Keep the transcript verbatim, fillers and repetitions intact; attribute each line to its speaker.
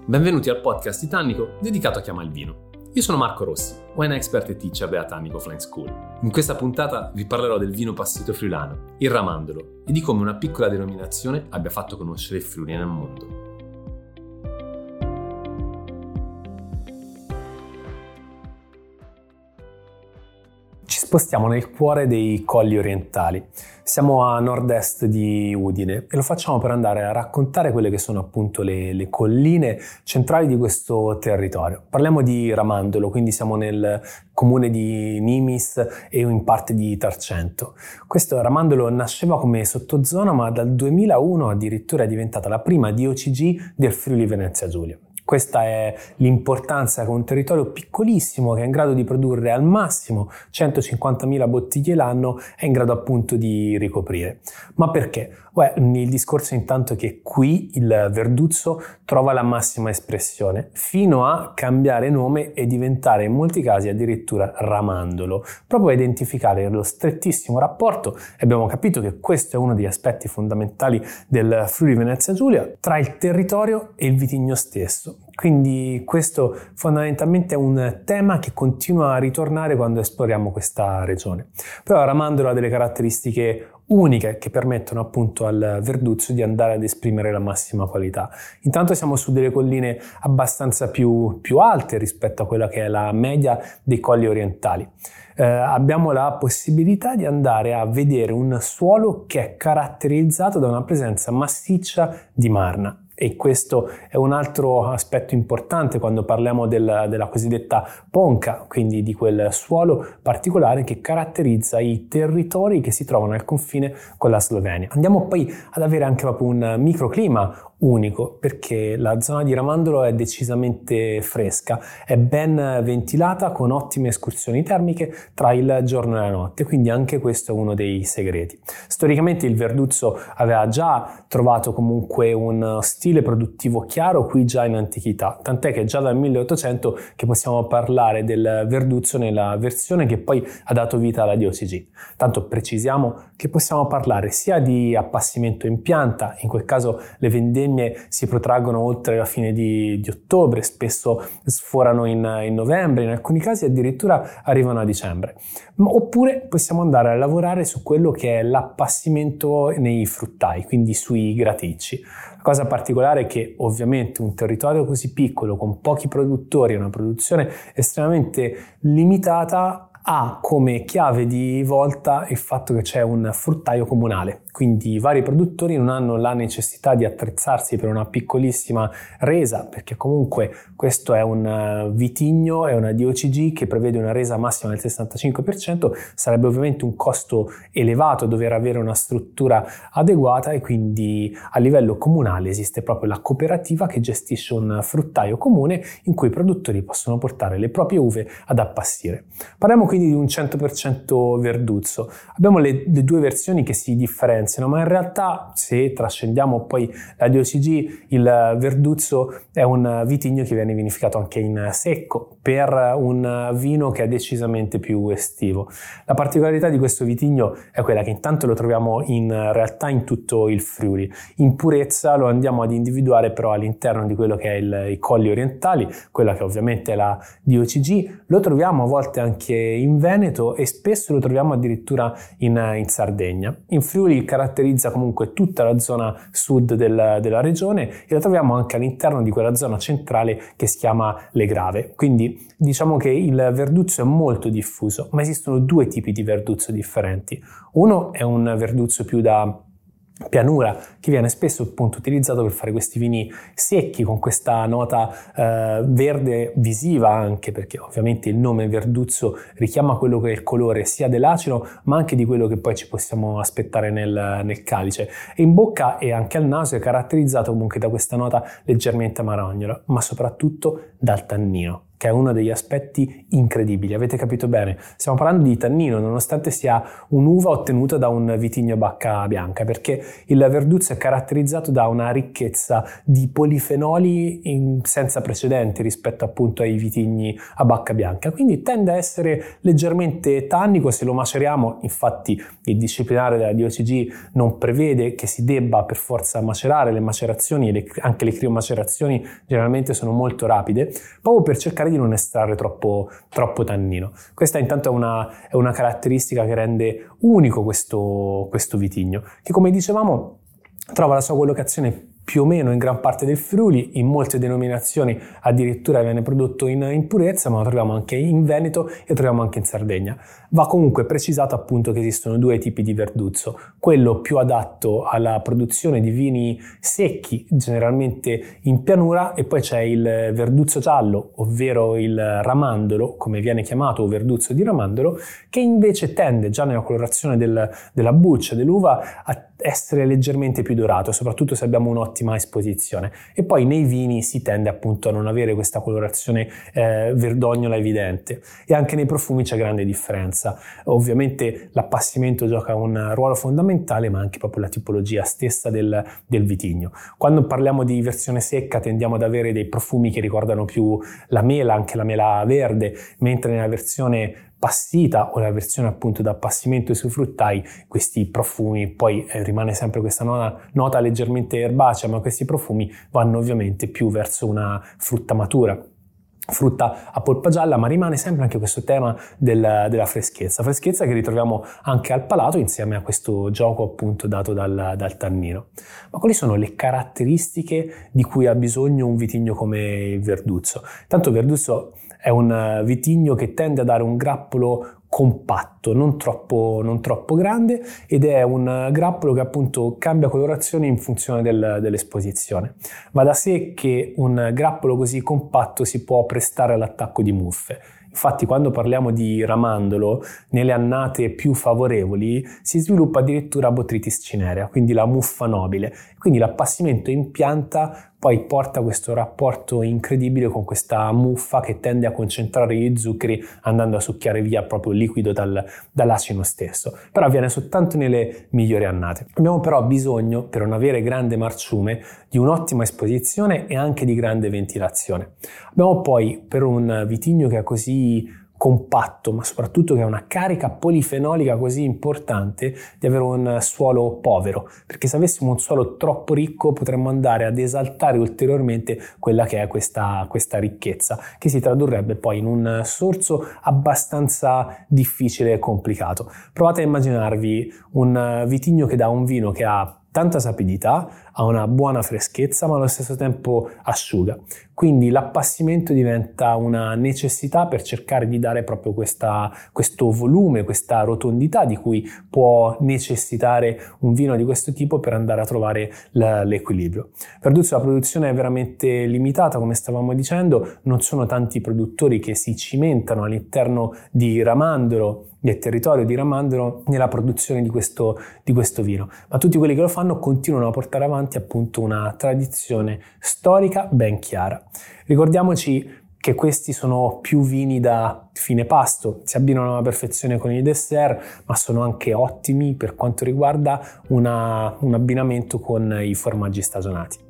Speaker 1: Benvenuti al podcast Titanico dedicato a chi ama il vino. Io sono Marco Rossi, wine expert e teacher della Tannico Flying School. In questa puntata vi parlerò del vino passito friulano, il Ramandolo, e di come una piccola denominazione abbia fatto conoscere il Friuli nel mondo. Ci spostiamo nel cuore dei colli orientali. Siamo a nord-est di Udine e lo facciamo per andare a raccontare quelle che sono appunto le, le colline centrali di questo territorio. Parliamo di Ramandolo, quindi siamo nel comune di Nimis e in parte di Tarcento. Questo Ramandolo nasceva come sottozona, ma dal duemilauno addirittura è diventata la prima D O C G del Friuli Venezia Giulia. Questa è l'importanza che un territorio piccolissimo, che è in grado di produrre al massimo centocinquantamila bottiglie l'anno, è in grado appunto di ricoprire. Ma perché? Beh, il discorso è intanto che qui il Verduzzo trova la massima espressione, fino a cambiare nome e diventare in molti casi addirittura Ramandolo, proprio a identificare lo strettissimo rapporto, e abbiamo capito che questo è uno degli aspetti fondamentali del Friuli Venezia Giulia, tra il territorio e il vitigno stesso. Quindi questo fondamentalmente è un tema che continua a ritornare quando esploriamo questa regione. Però Ramandolo ha delle caratteristiche uniche che permettono appunto al Verduzzo di andare ad esprimere la massima qualità. Intanto siamo su delle colline abbastanza più, più alte rispetto a quella che è la media dei colli orientali. Eh, abbiamo la possibilità di andare a vedere un suolo che è caratterizzato da una presenza massiccia di marna. E questo è un altro aspetto importante quando parliamo del, della cosiddetta ponca, quindi di quel suolo particolare che caratterizza i territori che si trovano al confine con la Slovenia. Andiamo poi ad avere anche proprio un microclima unico, perché la zona di Ramandolo è decisamente fresca, è ben ventilata con ottime escursioni termiche tra il giorno e la notte, quindi anche questo è uno dei segreti. Storicamente il Verduzzo aveva già trovato comunque un stile produttivo chiaro qui già in antichità, tant'è che già dal milleottocento che possiamo parlare del Verduzzo nella versione che poi ha dato vita alla D O C G. Tanto precisiamo che possiamo parlare sia di appassimento in pianta, in quel caso le vendemmie si protraggono oltre la fine di, di ottobre, spesso sforano in, in novembre, in alcuni casi addirittura arrivano a dicembre. Oppure possiamo andare a lavorare su quello che è l'appassimento nei fruttai, quindi sui graticci. La cosa particolare è che ovviamente un territorio così piccolo, con pochi produttori e una produzione estremamente limitata, ha come chiave di volta il fatto che c'è un fruttaio comunale, quindi i vari produttori non hanno la necessità di attrezzarsi per una piccolissima resa, perché comunque questo è un vitigno, è una D O C G che prevede una resa massima del sessantacinque per cento, sarebbe ovviamente un costo elevato dover avere una struttura adeguata, e quindi a livello comunale esiste proprio la cooperativa che gestisce un fruttaio comune in cui i produttori possono portare le proprie uve ad appassire. Parliamo quindi di un cento per cento Verduzzo. Abbiamo le, le due versioni che si differenziano, ma in realtà se trascendiamo poi la D O C G, il Verduzzo è un vitigno che viene vinificato anche in secco per un vino che è decisamente più estivo. La particolarità di questo vitigno è quella che intanto lo troviamo in realtà in tutto il Friuli. In purezza lo andiamo ad individuare però all'interno di quello che è il, i colli orientali, quella che ovviamente è la D O C G, lo troviamo a volte anche in Veneto e spesso lo troviamo addirittura in, in Sardegna. In Friuli caratterizza comunque tutta la zona sud del, della regione e lo troviamo anche all'interno di quella zona centrale che si chiama Le Grave. Quindi diciamo che il Verduzzo è molto diffuso, ma esistono due tipi di Verduzzo differenti. Uno è un Verduzzo più da pianura, che viene spesso appunto utilizzato per fare questi vini secchi con questa nota eh, verde visiva, anche perché ovviamente il nome Verduzzo richiama quello che è il colore sia dell'acino ma anche di quello che poi ci possiamo aspettare nel, nel calice, e in bocca e anche al naso è caratterizzato comunque da questa nota leggermente amarognola, ma soprattutto dal tannino. che è uno degli aspetti incredibili. Avete capito bene, stiamo parlando di tannino, nonostante sia un'uva ottenuta da un vitigno a bacca bianca, perché il Verduzzo è caratterizzato da una ricchezza di polifenoli in, senza precedenti rispetto appunto ai vitigni a bacca bianca, quindi tende a essere leggermente tannico se lo maceriamo. Infatti il disciplinare della D O C G non prevede che si debba per forza macerare. Le macerazioni, le, anche le criomacerazioni generalmente sono molto rapide, proprio per cercare di non estrarre troppo, troppo tannino. Questa intanto è una, è una caratteristica che rende unico questo, questo vitigno, che come dicevamo trova la sua collocazione più o meno in gran parte del Friuli, in molte denominazioni addirittura viene prodotto in, in purezza, ma lo troviamo anche in Veneto e lo troviamo anche in Sardegna. Va comunque precisato appunto che esistono due tipi di Verduzzo, quello più adatto alla produzione di vini secchi, generalmente in pianura, e poi c'è il Verduzzo giallo, ovvero il ramandolo, come viene chiamato, o Verduzzo di ramandolo, che invece tende già nella colorazione del, della buccia dell'uva a essere leggermente più dorato, soprattutto se abbiamo un'ottima esposizione. E poi nei vini si tende appunto a non avere questa colorazione eh, verdognola evidente, e anche nei profumi c'è grande differenza. Ovviamente l'appassimento gioca un ruolo fondamentale, ma anche proprio la tipologia stessa del, del vitigno. Quando parliamo di versione secca tendiamo ad avere dei profumi che ricordano più la mela, anche la mela verde, mentre nella versione passita o la versione appunto da appassimento sui fruttai questi profumi, poi eh, rimane sempre questa nota, nota leggermente erbacea, ma questi profumi vanno ovviamente più verso una frutta matura, frutta a polpa gialla, ma rimane sempre anche questo tema del, della freschezza, freschezza che ritroviamo anche al palato insieme a questo gioco appunto dato dal, dal tannino. Ma quali sono le caratteristiche di cui ha bisogno un vitigno come il Verduzzo? Tanto il Verduzzo è un vitigno che tende a dare un grappolo compatto, non troppo, non troppo grande, ed è un grappolo che appunto cambia colorazione in funzione del, dell'esposizione. Va da sé che un grappolo così compatto si può prestare all'attacco di muffe. Infatti quando parliamo di ramandolo, nelle annate più favorevoli si sviluppa addirittura Botrytis cinerea, quindi la muffa nobile. Quindi l'appassimento in pianta poi porta questo rapporto incredibile con questa muffa che tende a concentrare gli zuccheri andando a succhiare via proprio il liquido dal, dall'acino stesso. Però avviene soltanto nelle migliori annate. Abbiamo però bisogno, per non avere grande marciume, di un'ottima esposizione e anche di grande ventilazione. Abbiamo poi, per un vitigno che è così compatto, ma soprattutto che ha una carica polifenolica così importante, di avere un suolo povero, perché se avessimo un suolo troppo ricco potremmo andare ad esaltare ulteriormente quella che è questa, questa ricchezza, che si tradurrebbe poi in un sorso abbastanza difficile e complicato. Provate a immaginarvi un vitigno che dà un vino che ha tanta sapidità, ha una buona freschezza, ma allo stesso tempo asciuga. Quindi l'appassimento diventa una necessità per cercare di dare proprio questa, questo volume, questa rotondità di cui può necessitare un vino di questo tipo per andare a trovare l'equilibrio. Verduzzo, la produzione è veramente limitata, come stavamo dicendo, non sono tanti produttori che si cimentano all'interno di Ramandolo, del territorio di Ramandolo, nella produzione di questo, di questo vino, ma tutti quelli che lo fanno continuano a portare avanti appunto una tradizione storica ben chiara. Ricordiamoci che questi sono più vini da fine pasto, si abbinano alla perfezione con i dessert, ma sono anche ottimi per quanto riguarda una, un abbinamento con i formaggi stagionati.